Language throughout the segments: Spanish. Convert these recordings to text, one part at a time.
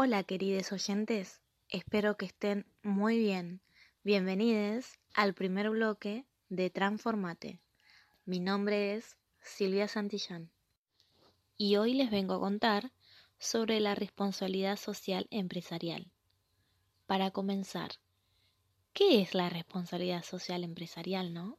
Hola queridos oyentes, espero que estén muy bien. Bienvenidos al primer bloque de Transformate. Mi nombre es Silvia Santillán y hoy les vengo a contar sobre la responsabilidad social empresarial. Para comenzar, ¿qué es la responsabilidad social empresarial, no?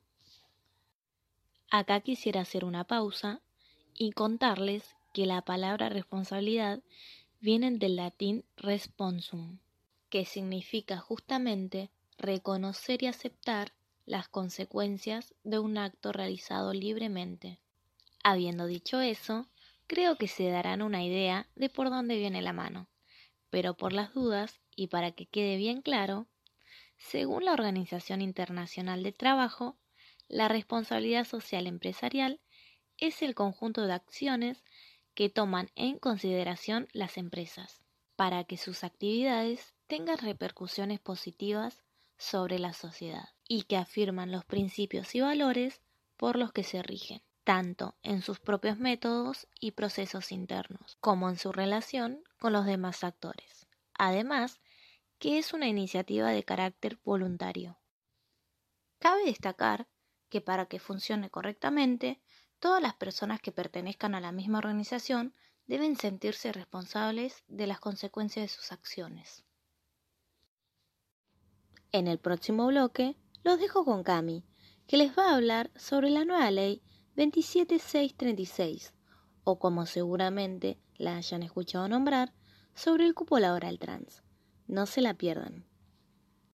Acá quisiera hacer una pausa y contarles que la palabra responsabilidad viene del latín responsum, que significa justamente reconocer y aceptar las consecuencias de un acto realizado libremente. Habiendo dicho eso, creo que se darán una idea de por dónde viene la mano, pero por las dudas y para que quede bien claro, según la Organización Internacional del Trabajo, la responsabilidad social empresarial es el conjunto de acciones que toman en consideración las empresas para que sus actividades tengan repercusiones positivas sobre la sociedad y que afirman los principios y valores por los que se rigen, tanto en sus propios métodos y procesos internos, como en su relación con los demás actores. Además, que es una iniciativa de carácter voluntario. Cabe destacar que para que funcione correctamente, todas las personas que pertenezcan a la misma organización deben sentirse responsables de las consecuencias de sus acciones. En el próximo bloque los dejo con Cami, que les va a hablar sobre la nueva ley 27636, o como seguramente la hayan escuchado nombrar, sobre el cupo laboral trans. No se la pierdan.